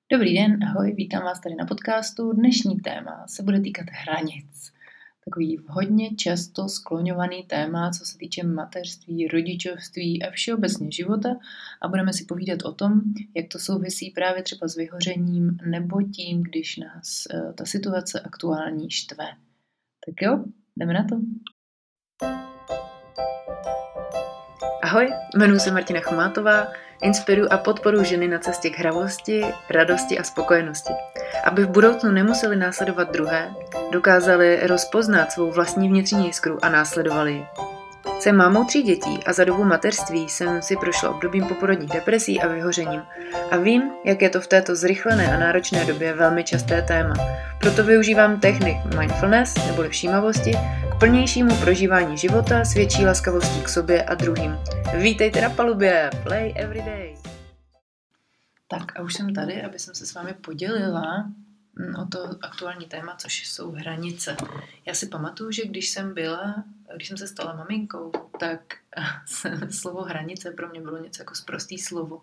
Dobrý den, ahoj, vítám vás tady na podcastu. Dnešní téma se bude týkat hranic. Takový hodně často skloňovaný téma, co se týče mateřství, rodičovství a všeobecně života a budeme si povídat o tom, jak to souvisí právě třeba s vyhořením nebo tím, když nás ta situace aktuální štve. Tak jo, jdeme na to. Ahoj, jmenuji se Martina Chomátová, inspiruji a podporuji ženy na cestě k hravosti, radosti a spokojenosti. Aby v budoucnu nemuseli následovat druhé, dokázali rozpoznat svou vlastní vnitřní jiskru a následovali ji. Jsem mámou 3 dětí a za dobu mateřství jsem si prošla obdobím poporodních depresí a vyhořením a vím, jak je to v této zrychlené a náročné době velmi časté téma. Proto využívám technik mindfulness neboli všímavosti k plnějšímu prožívání života s větší laskavostí k sobě a druhým. Vítejte na palubě, play every day. Tak a už jsem tady, aby jsem se s vámi podělila o to aktuální téma, což jsou hranice. Já si pamatuju, že když jsem se stala maminkou, tak slovo hranice pro mě bylo něco jako sprostý slovo.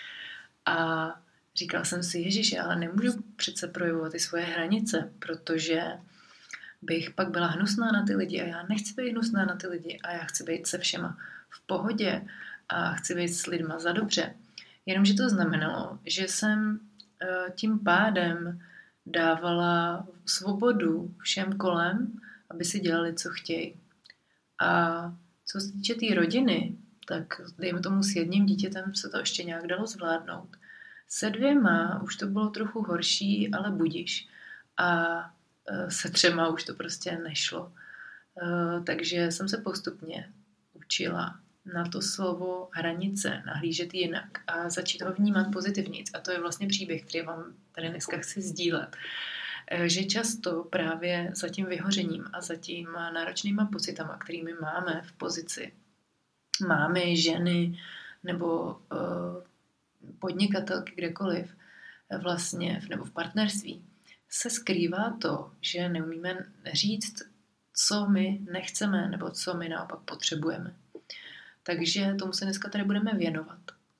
A říkala jsem si, Ježiši, ale nemůžu přece projevovat ty svoje hranice, protože bych pak byla hnusná na ty lidi a já nechci být hnusná na ty lidi a já chci být se všema v pohodě a chci být s lidma za dobře. Jenomže to znamenalo, že jsem tím pádem dávala svobodu všem kolem, aby si dělali, co chtějí. A co se týče té rodiny, tak dejme tomu s jedním dítětem se to ještě nějak dalo zvládnout. Se 2 už to bylo trochu horší, ale budiš. A se 3 už to prostě nešlo. Takže jsem se postupně učila na to slovo hranice nahlížet jinak a začít ho vnímat pozitivnějc. A to je vlastně příběh, který vám tady dneska chci sdílet. Že často právě za tím vyhořením a za těma náročnýma pocitama, kterými máme v pozici mámy, ženy nebo podnikatelky kdekoliv vlastně, nebo v partnerství, se skrývá to, že neumíme říct, co my nechceme nebo co my naopak potřebujeme. Takže tomu se dneska tady budeme věnovat.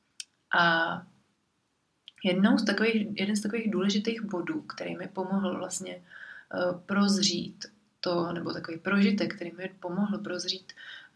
A jeden z takových důležitých bodů, který mi pomohl vlastně prozřít to, nebo takový prožitek, který mi pomohl prozřít,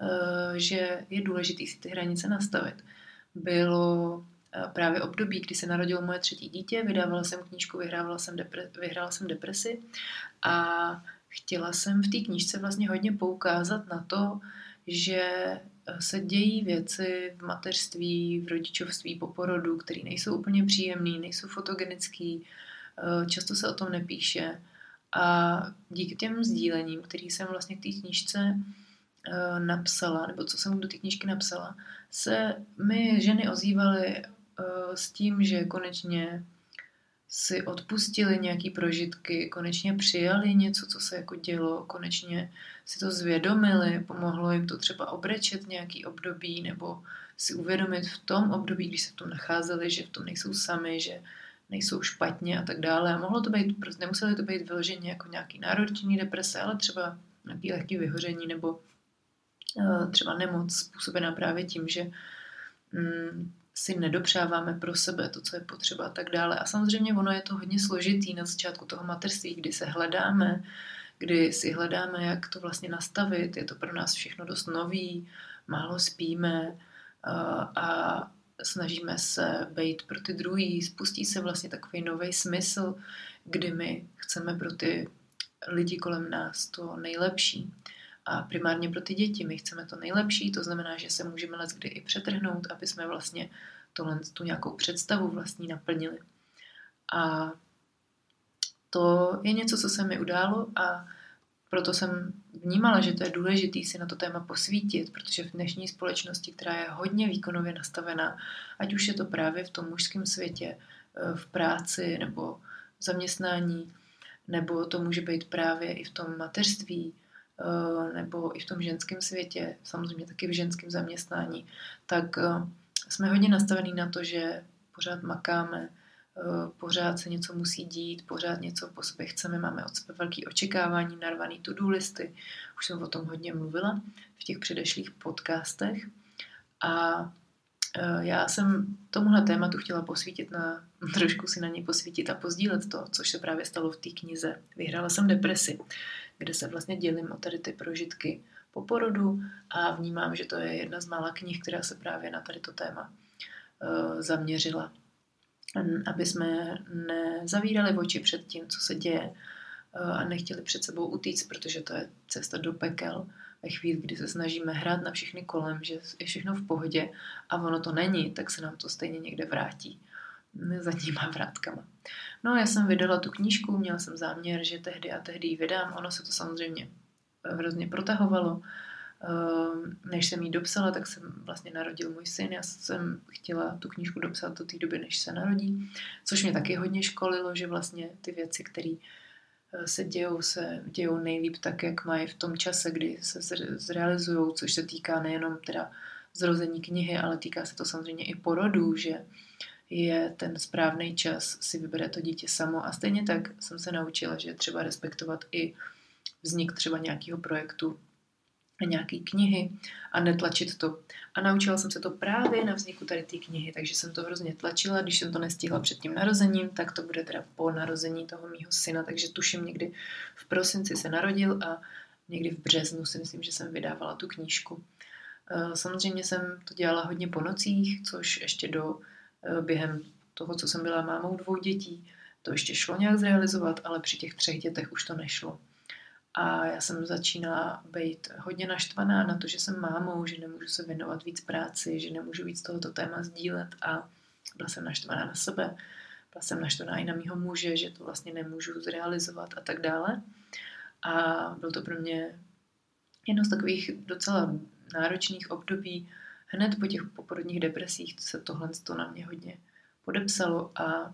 že je důležitý si ty hranice nastavit, bylo právě období, kdy se narodilo moje 3. dítě, vydávala jsem knížku, vyhrála jsem depresi a chtěla jsem v té knížce vlastně hodně poukázat na to, že se dějí věci v mateřství, v rodičovství, po porodu, které nejsou úplně příjemné, nejsou fotogenický, často se o tom nepíše. A díky těm sdílením, který jsem vlastně k té knížce napsala, nebo co jsem do té knížky napsala, se mi ženy ozývaly s tím, že konečně si odpustili nějaký prožitky, konečně přijali něco, co se jako dělo, konečně si to zvědomili, pomohlo jim to třeba obrečet nějaký období, nebo si uvědomit v tom období, když se v tom nacházeli, že v tom nejsou sami, že nejsou špatně a tak dále. A mohlo to být, prostě nemuseli to být vyloženě jako nějaký náročný deprese, ale třeba nějaký lehký vyhoření, nebo třeba nemoc způsobená právě tím, že si nedopřáváme pro sebe to, co je potřeba a tak dále. A samozřejmě ono je to hodně složitý na začátku toho mateřství, kdy se hledáme, kdy si hledáme, jak to vlastně nastavit. Je to pro nás všechno dost nový, málo spíme a snažíme se být pro ty druhý. Spustí se vlastně takový nový smysl, kdy my chceme pro ty lidi kolem nás to nejlepší. A primárně pro ty děti my chceme to nejlepší, to znamená, že se můžeme leckdy i přetrhnout, aby jsme vlastně tu nějakou představu vlastní naplnili. A to je něco, co se mi událo a proto jsem vnímala, že to je důležité si na to téma posvítit, protože v dnešní společnosti, která je hodně výkonově nastavená, ať už je to právě v tom mužském světě, v práci nebo v zaměstnání, nebo to může být právě i v tom mateřství, nebo i v tom ženském světě, samozřejmě taky v ženském zaměstnání, tak jsme hodně nastavení na to, že pořád makáme, pořád se něco musí dít, pořád něco po sobě chceme, máme od sebe velké očekávání, narvaný to-do listy. Už jsem o tom hodně mluvila v těch předešlých podcastech. A Já jsem tomuhle tématu chtěla trošku si na něj posvítit a pozdílet to, což se právě stalo v té knize. Vyhrála jsem depresi, kde se vlastně dělím o tady ty prožitky po porodu a vnímám, že to je jedna z mála knih, která se právě na tady to téma zaměřila. Aby jsme nezavírali oči před tím, co se děje a nechtěli před sebou utíct, protože to je cesta do pekel. Ve chvíli, kdy se snažíme hrát na všechny kolem, že je všechno v pohodě a ono to není, tak se nám to stejně někde vrátí zadníma vrátkama. No, já jsem vydala tu knížku, měla jsem záměr, že tehdy a tehdy ji vydám. Ono se to samozřejmě hrozně protahovalo. Než jsem ji dopsala, tak jsem vlastně narodil můj syn. Já jsem chtěla tu knížku dopsat do té doby, než se narodí, což mě taky hodně školilo, že vlastně ty věci, které se dějou nejlíp tak, jak mají v tom čase, kdy se zrealizují, což se týká nejenom teda zrození knihy, ale týká se to samozřejmě i porodu, že je ten správný čas, si vybere to dítě samo. A stejně tak jsem se naučila, že je třeba respektovat i vznik třeba nějakého projektu, nějaký knihy a netlačit to. A naučila jsem se to právě na vzniku tady té knihy, takže jsem to hrozně tlačila. Když jsem to nestihla před tím narozením, tak to bude teda po narození toho mýho syna, takže tuším někdy v prosinci se narodil a někdy v březnu si myslím, že jsem vydávala tu knížku. Samozřejmě jsem to dělala hodně po nocích, což ještě během toho, co jsem byla mámou 2 dětí, to ještě šlo nějak zrealizovat, ale při těch 3 dětech už to nešlo. A já jsem začínala být hodně naštvaná na to, že jsem mámou, že nemůžu se věnovat víc práci, že nemůžu víc tohoto téma sdílet a byla jsem naštvaná na sebe. Byla jsem naštvaná i na mýho muže, že to vlastně nemůžu zrealizovat a tak dále. A byl to pro mě jedno z takových docela náročných období. Hned po těch poporodních depresích se tohle na mě hodně podepsalo a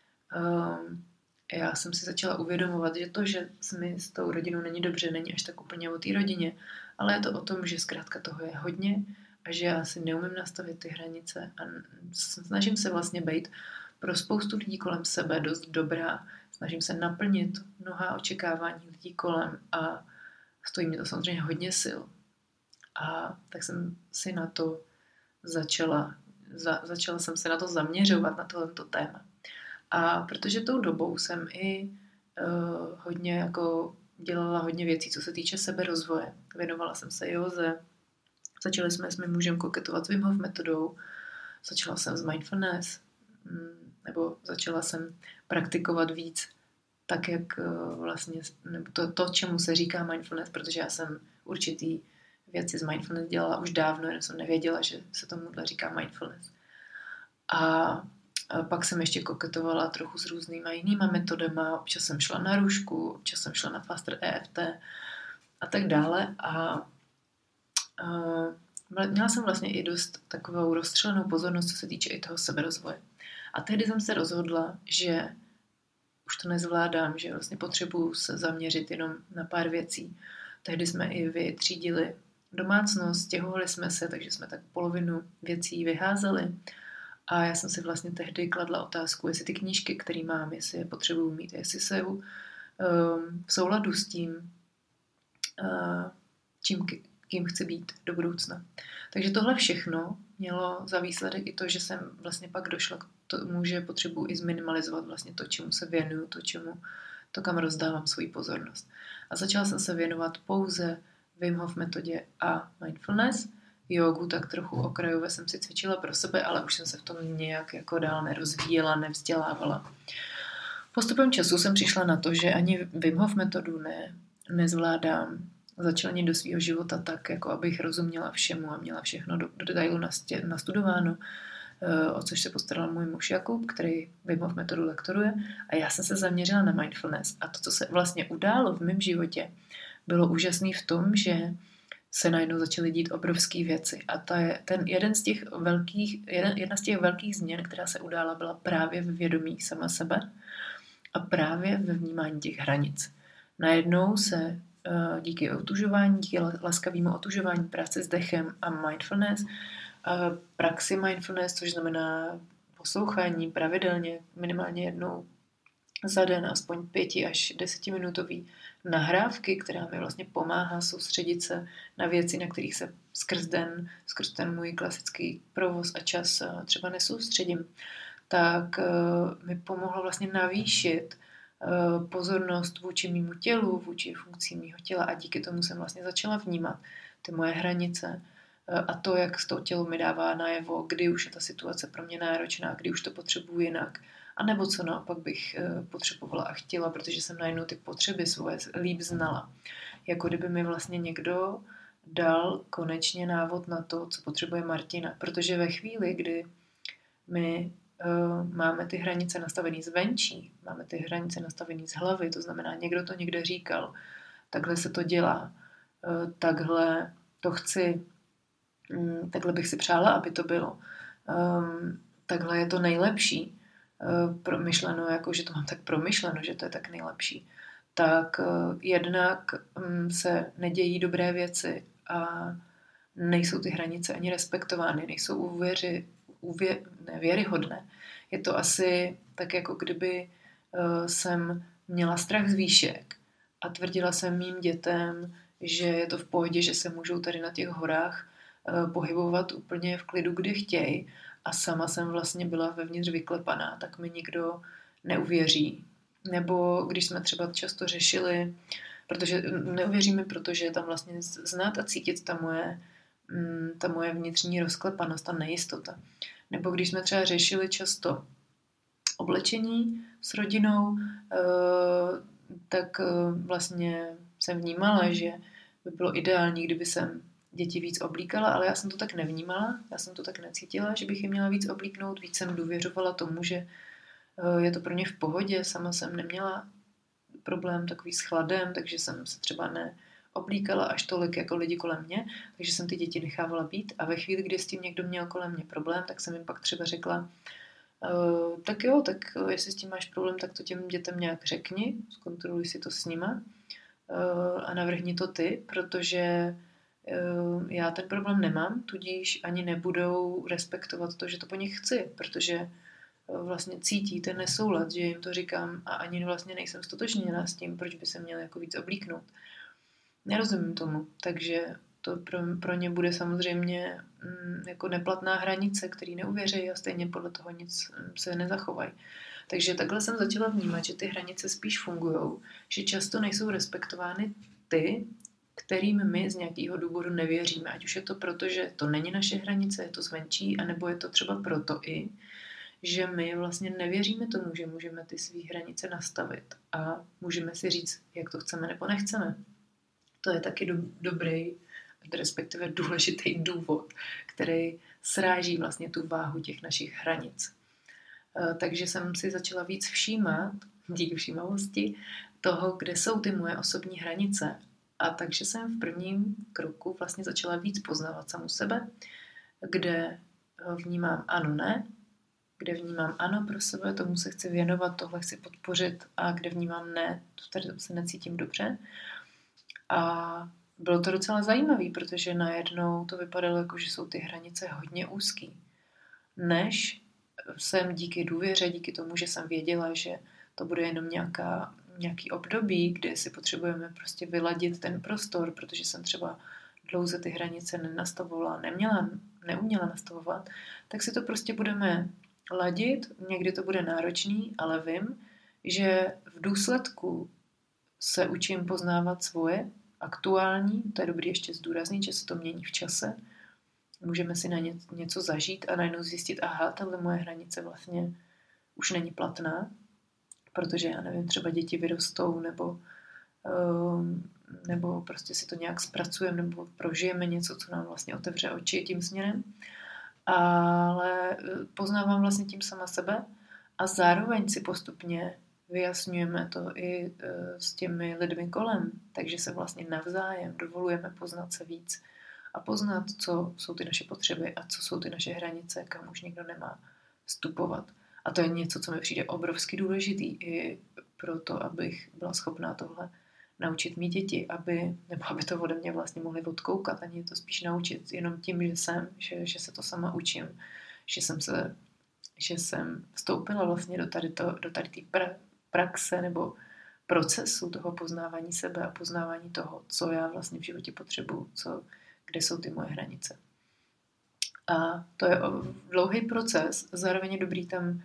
já jsem si začala uvědomovat, že to, že mi s tou rodinou není dobře, není až tak úplně o té rodině, ale je to o tom, že zkrátka toho je hodně a že já si neumím nastavit ty hranice a snažím se vlastně být pro spoustu lidí kolem sebe dost dobrá. Snažím se naplnit mnoha očekávání lidí kolem a stojí mi to samozřejmě hodně sil. A tak jsem si na to začala jsem se na to zaměřovat, na tohleto téma. A protože tou dobou jsem i hodně jako dělala hodně věcí, co se týče seberozvoje. Věnovala jsem se józe, začali jsme s mým mužem koketovat s Wim Hof metodou, začala jsem s mindfulness, nebo začala jsem praktikovat víc tak, jak vlastně, nebo to, čemu se říká mindfulness, protože já jsem určitý věci z mindfulness dělala už dávno, jenom jsem nevěděla, že se tomuhle říká mindfulness. A pak jsem ještě koketovala trochu s různýma jinýma metodama, občas jsem šla na růžku, občas jsem šla na Faster EFT a tak dále a měla jsem vlastně i dost takovou rozstřelenou pozornost, co se týče i toho seberozvoje. A tehdy jsem se rozhodla, že už to nezvládám, že vlastně potřebuju se zaměřit jenom na pár věcí. Tehdy jsme i vytřídili domácnost, stěhovali jsme se, takže jsme tak polovinu věcí vyházeli. A já jsem si vlastně tehdy kladla otázku, jestli ty knížky, které mám, jestli je potřebuju mít, jestli jsou v souladu s tím, kým chci být do budoucna. Takže tohle všechno mělo za výsledek i to, že jsem vlastně pak došla k tomu, že potřebuji i zminimalizovat vlastně to, čemu se věnuju, to kam rozdávám svoji pozornost. A začala jsem se věnovat pouze Wim Hof metodě a mindfulness. Jogu tak trochu okrajově jsem si cvičila pro sebe, ale už jsem se v tom nějak jako dál nerozvíjela, nevzdělávala. Postupem času jsem přišla na to, že ani Wim Hof metodu nezvládám začlenit do svého života tak, jako abych rozuměla všemu a měla všechno do detailu nastudováno, o což se postaral můj muž Jakub, který Wim Hof metodu lektoruje. A já jsem se zaměřila na mindfulness. A to, co se vlastně událo v mém životě, bylo úžasný v tom, že se najednou začaly dít obrovské věci. A jedna z těch velkých změn, která se udála, byla právě ve vědomí sama sebe a právě ve vnímání těch hranic. Najednou se díky otužování, díky laskavému otužování, práce s dechem a mindfulness, praxi mindfulness, což znamená poslouchání pravidelně, minimálně jednou za den aspoň 5 až 10 minutový nahrávky, která mi vlastně pomáhá soustředit se na věci, na kterých se skrz ten můj klasický provoz a čas třeba nesoustředím, tak mi pomohlo vlastně navýšit pozornost vůči mému tělu, vůči funkcím mého těla a díky tomu jsem vlastně začala vnímat ty moje hranice a to, jak to tělo mi dává najevo, kdy už je ta situace pro mě náročná, kdy už to potřebuji jinak, a nebo co naopak bych potřebovala a chtěla, protože jsem najednou ty potřeby svoje líp znala. Jako kdyby mi vlastně někdo dal konečně návod na to, co potřebuje Martina. Protože ve chvíli, kdy my máme ty hranice nastavený zvenčí, máme ty hranice nastavený z hlavy, to znamená, někdo to někde říkal, takhle se to dělá, takhle to chci, takhle bych si přála, aby to bylo, takhle je to nejlepší, promyšleno, jako že to mám tak promyšleno, že to je tak nejlepší, tak jednak se nedějí dobré věci a nejsou ty hranice ani respektovány, nejsou věryhodné. Je to asi tak, jako kdyby jsem měla strach z výšek a tvrdila jsem mým dětem, že je to v pohodě, že se můžou tady na těch horách pohybovat úplně v klidu, kdy chtějí, a sama jsem vlastně byla vevnitř vyklepaná, tak mi nikdo neuvěří. Nebo když jsme třeba často řešili, protože neuvěří mi, protože tam vlastně znát a cítit ta moje vnitřní rozklepanost, ta nejistota. Nebo když jsme třeba řešili často oblečení s rodinou, tak vlastně jsem vnímala, že by bylo ideální, kdyby jsem děti víc oblíkala, ale já jsem to tak nevnímala, já jsem to tak necítila, že bych je měla víc oblíknout, víc jsem důvěřovala tomu, že je to pro ně v pohodě, sama jsem neměla problém takový s chladem, takže jsem se třeba neoblíkala až tolik jako lidi kolem mě, takže jsem ty děti nechávala být a ve chvíli, kdy s tím někdo měl kolem mě problém, tak jsem jim pak třeba řekla, tak jo, tak jestli s tím máš problém, tak to těm dětem nějak řekni, zkontroluj si to s nima a navrhni to ty, protože já ten problém nemám, tudíž ani nebudou respektovat to, že to po nich chci, protože vlastně cítí ten nesoulad, že jim to říkám a ani vlastně nejsem stotožněná s tím, proč by se měl jako víc oblíknout. Nerozumím tomu, takže to pro ně bude samozřejmě jako neplatná hranice, který neuvěří a stejně podle toho nic se nezachovají. Takže takhle jsem začala vnímat, že ty hranice spíš fungujou, že často nejsou respektovány ty, kterým my z nějakého důvodu nevěříme. Ať už je to proto, že to není naše hranice, je to zvenčí, anebo je to třeba proto i, že my vlastně nevěříme tomu, že můžeme ty svý hranice nastavit a můžeme si říct, jak to chceme nebo nechceme. To je taky dobrý, respektive důležitý důvod, který sráží vlastně tu váhu těch našich hranic. Takže jsem si začala víc všímat, díky všímavosti, toho, kde jsou ty moje osobní hranice. A takže jsem v prvním kroku vlastně začala víc poznávat samu sebe, kde vnímám ano, ne, kde vnímám ano pro sebe, tomu se chci věnovat, tohle chci podpořit a kde vnímám ne, tady se necítím dobře. A bylo to docela zajímavé, protože najednou to vypadalo jako, že jsou ty hranice hodně úzký. Než jsem díky důvěře, díky tomu, že jsem věděla, že to bude jenom nějaký období, kde si potřebujeme prostě vyladit ten prostor, protože jsem třeba dlouze ty hranice nenastavovala, neuměla nastavovat, tak si to prostě budeme ladit, někdy to bude náročný, ale vím, že v důsledku se učím poznávat svoje aktuální, to je dobrý ještě zdůraznit, že se to mění v čase, můžeme si na něco zažít a najednou zjistit, aha, tahle moje hranice vlastně už není platná, protože já nevím, třeba děti vyrostou nebo prostě si to nějak zpracujeme nebo prožijeme něco, co nám vlastně otevře oči tím směrem. Ale poznávám vlastně tím sama sebe a zároveň si postupně vyjasňujeme to i s těmi lidmi kolem, takže se vlastně navzájem dovolujeme poznat se víc a poznat, co jsou ty naše potřeby a co jsou ty naše hranice, kam už nikdo nemá vstupovat. A to je něco, co mi přijde obrovsky důležitý i proto, abych byla schopná tohle naučit mý děti, aby to ode mě vlastně mohli odkoukat, ani to spíš naučit jenom tím, že se to sama učím, že jsem vstoupila vlastně do tady té praxe nebo procesu toho poznávání sebe a poznávání toho, co já vlastně v životě potřebuju, kde jsou ty moje hranice. A to je dlouhý proces, zároveň je dobrý tam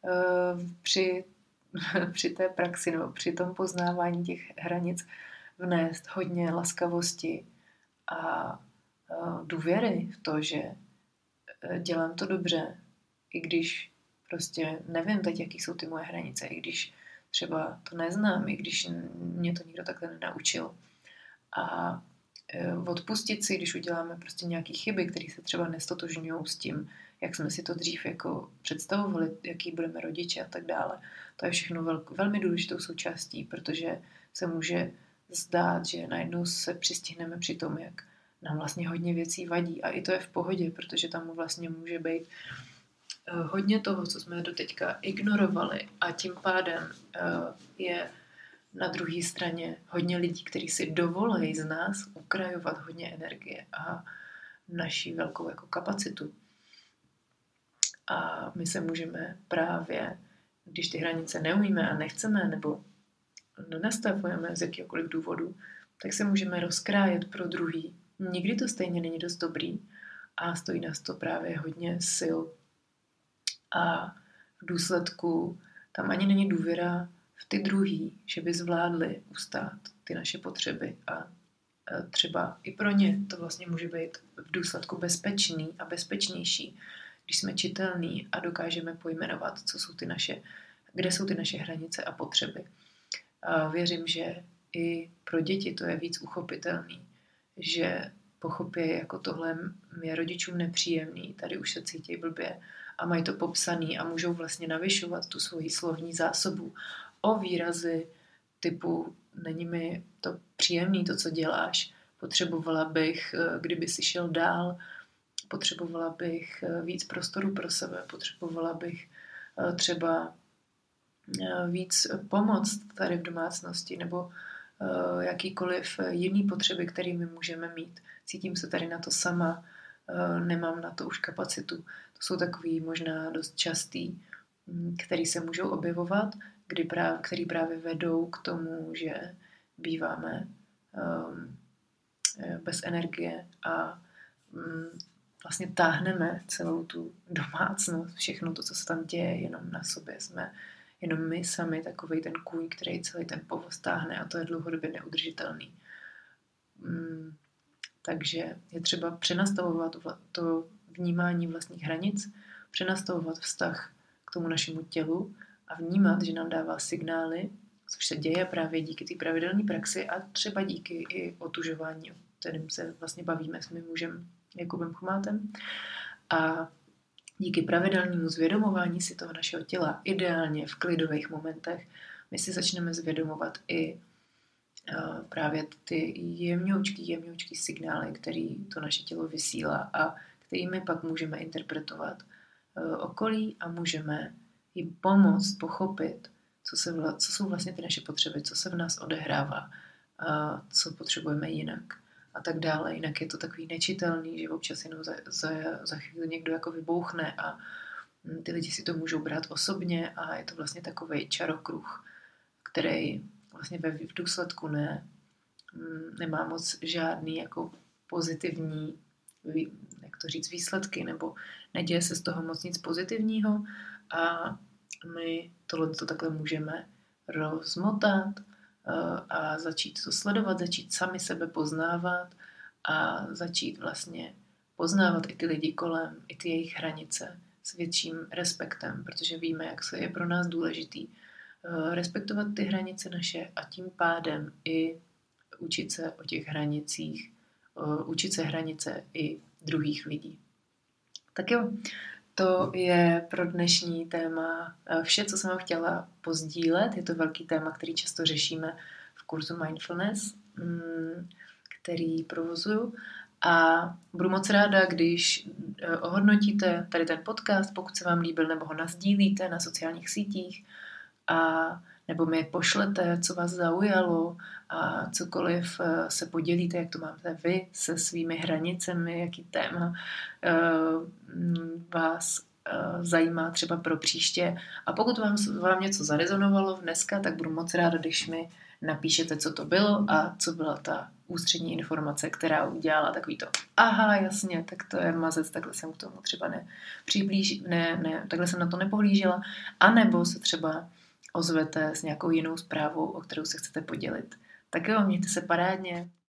při té praxi nebo při tom poznávání těch hranic vnést hodně laskavosti a důvěry v to, že dělám to dobře, i když prostě nevím teď, jaký jsou ty moje hranice, i když třeba to neznám, i když mě to nikdo takhle nenaučil. A odpustit si, když uděláme prostě nějaké chyby, které se třeba nestotožňují s tím, jak jsme si to dřív jako představovali, jaký budeme rodiče a tak dále. To je všechno velmi důležitou součástí, protože se může zdát, že najednou se přistihneme při tom, jak nám vlastně hodně věcí vadí. A i to je v pohodě, protože tam vlastně může být hodně toho, co jsme doteďka ignorovali a tím pádem je na druhé straně hodně lidí, kteří si dovolí z nás ukrajovat hodně energie a naši velkou jako kapacitu. A my se můžeme právě, když ty hranice neumíme a nechceme nebo nenastavujeme z jakýkoliv důvodu, tak se můžeme rozkrájet pro druhý. Nikdy to stejně není dost dobrý a stojí nás to právě hodně sil. A v důsledku tam ani není důvěra v ty druhý, že by zvládli ustát ty naše potřeby a třeba i pro ně to vlastně může být v důsledku bezpečný a bezpečnější, když jsme čitelní a dokážeme pojmenovat, kde jsou ty naše hranice a potřeby. A věřím, že i pro děti to je víc uchopitelný, že pochopí, jako tohle je rodičům nepříjemný, tady už se cítí blbě a mají to popsaný a můžou vlastně navyšovat tu svoji slovní zásobu o výrazy typu není mi to příjemný, to, co děláš, potřebovala bych, kdyby si šel dál, potřebovala bych víc prostoru pro sebe, potřebovala bych třeba víc pomoct tady v domácnosti nebo jakýkoliv jiný potřeby, které my můžeme mít. Cítím se tady na to sama, nemám na to už kapacitu. To jsou takový možná dost častý, který se můžou objevovat, který právě vedou k tomu, že býváme bez energie a vlastně táhneme celou tu domácnost, všechno to, co se tam děje, jenom na sobě jsme jenom my sami takovej ten kůň, který celý ten povoz táhne a to je dlouhodobě neudržitelný. Takže je třeba přenastavovat to vnímání vlastních hranic, přenastavovat vztah k tomu našemu tělu a vnímat, že nám dává signály, což se děje právě díky té pravidelné praxi a třeba díky i otužování, o kterém se vlastně bavíme s mým mužem Jakubem Chomátem. A díky pravidelnému zvědomování si toho našeho těla, ideálně v klidových momentech, my si začneme zvědomovat i právě ty jemňoučký signály, který to naše tělo vysílá a kterými pak můžeme interpretovat okolí a můžeme jim pomoct pochopit, co jsou vlastně ty naše potřeby, co se v nás odehrává, a co potřebujeme jinak a tak dále. Jinak je to takový nečitelný, že občas jenom za chvíli někdo jako vybouchne a ty lidi si to můžou brát osobně a je to vlastně takovej čarokruh, který vlastně v důsledku nemá moc žádný jako pozitivní, jak to říct, výsledky, nebo neděje se z toho moc nic pozitivního a my tohle takhle můžeme rozmotat a začít to sledovat, začít sami sebe poznávat a začít vlastně poznávat i ty lidi kolem, i ty jejich hranice s větším respektem, protože víme, jak se je pro nás důležitý respektovat ty hranice naše a tím pádem i učit se o těch hranicích, učit se hranice i druhých lidí. Tak jo, to je pro dnešní téma vše, co jsem vám chtěla pozdílet. Je to velký téma, který často řešíme v kurzu Mindfulness, který provozuju. A budu moc ráda, když ohodnotíte tady ten podcast, pokud se vám líbil, nebo ho nasdílíte na sociálních sítích, a nebo mi pošlete, co vás zaujalo a cokoliv se podělíte, jak to máte vy se svými hranicemi, jaký téma vás zajímá třeba pro příště. A pokud vám něco zarezonovalo dneska, tak budu moc ráda, když mi napíšete, co to bylo a co byla ta ústřední informace, která udělala takový to aha, jasně, tak to je mazec, takhle jsem k tomu třeba takhle jsem na to nepohlížela, anebo se třeba ozvete s nějakou jinou zprávou, o kterou se chcete podělit. Tak jo, mějte se parádně.